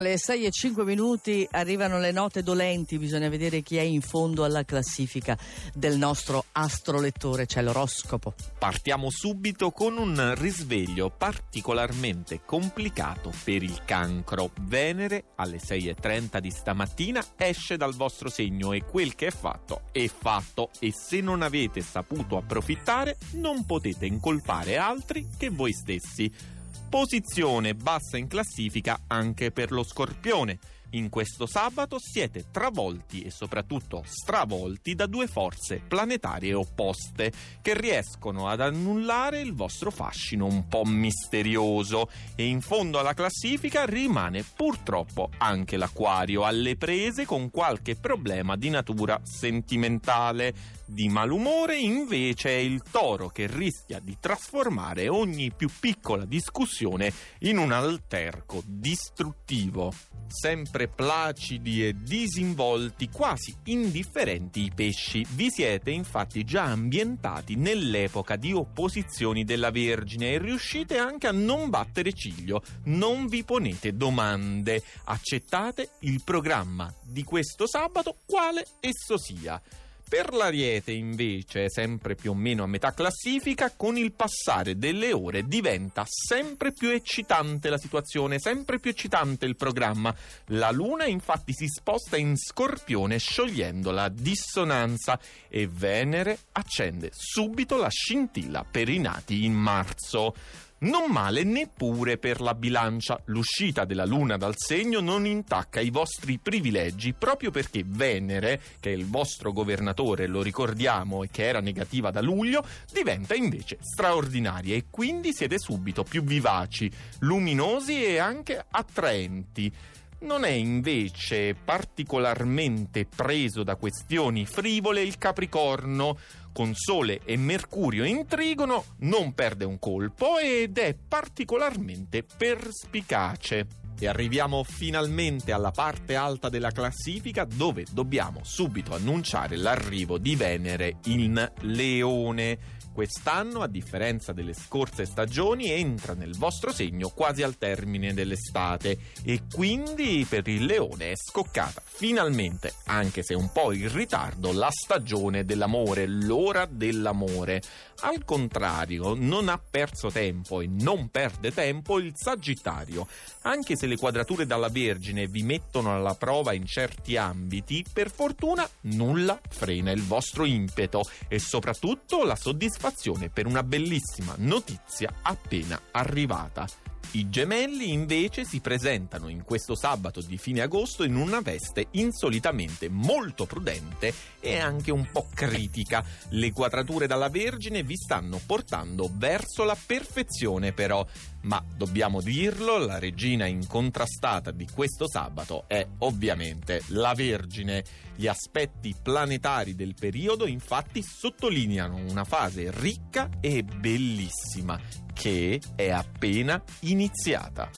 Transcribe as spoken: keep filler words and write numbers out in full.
Alle sei e cinque minuti arrivano le note dolenti, bisogna vedere chi è in fondo alla classifica del nostro astrolettore, c'è l'oroscopo. Partiamo subito con un risveglio particolarmente complicato per il Cancro. Venere alle sei e trenta di stamattina esce dal vostro segno e quel che è fatto è fatto, e se non avete saputo approfittare non potete incolpare altri che voi stessi. Posizione bassa in classifica anche per lo Scorpione. In questo sabato siete travolti e soprattutto stravolti da due forze planetarie opposte che riescono ad annullare il vostro fascino un po' misterioso, e in fondo alla classifica rimane purtroppo anche l'Acquario, alle prese con qualche problema di natura sentimentale. Di malumore invece è il Toro, che rischia di trasformare ogni più piccola discussione in un alterco distruttivo. Sempre placidi e disinvolti, quasi indifferenti i pesci. Vi siete infatti già ambientati nell'epoca di opposizioni della Vergine e riuscite anche a non battere ciglio. Non vi ponete domande, accettate il programma di questo sabato quale esso sia. Per l'Ariete invece, sempre più o meno a metà classifica, con il passare delle ore diventa sempre più eccitante la situazione, sempre più eccitante il programma. La Luna infatti si sposta in Scorpione sciogliendo la dissonanza, e Venere accende subito la scintilla per i nati in marzo. Non male neppure per la Bilancia. L'uscita della Luna dal segno non intacca i vostri privilegi, proprio perché Venere, che è il vostro governatore, lo ricordiamo, e che era negativa da luglio, diventa invece straordinaria, e quindi siete subito più vivaci, luminosi e anche attraenti. Non è invece particolarmente preso da questioni frivole il Capricorno. Con Sole e Mercurio in trigono non perde un colpo ed è particolarmente perspicace. E arriviamo finalmente alla parte alta della classifica, dove dobbiamo subito annunciare l'arrivo di Venere in Leone. Quest'anno, a differenza delle scorse stagioni, entra nel vostro segno quasi al termine dell'estate, e quindi per il Leone è scoccata finalmente, anche se un po' in ritardo, la stagione dell'amore, l'ora dell'amore. Al contrario, non ha perso tempo e non perde tempo il Sagittario. Anche se le quadrature dalla Vergine vi mettono alla prova in certi ambiti, per fortuna nulla frena il vostro impeto e soprattutto la soddisfazione per una bellissima notizia appena arrivata. I Gemelli invece si presentano in questo sabato di fine agosto in una veste insolitamente molto prudente e anche un po' critica. Le quadrature dalla Vergine vi stanno portando verso la perfezione però, ma dobbiamo dirlo, la regina incontrastata di questo sabato è ovviamente la Vergine. Gli aspetti planetari del periodo infatti sottolineano una fase ricca e bellissima che è appena iniziata.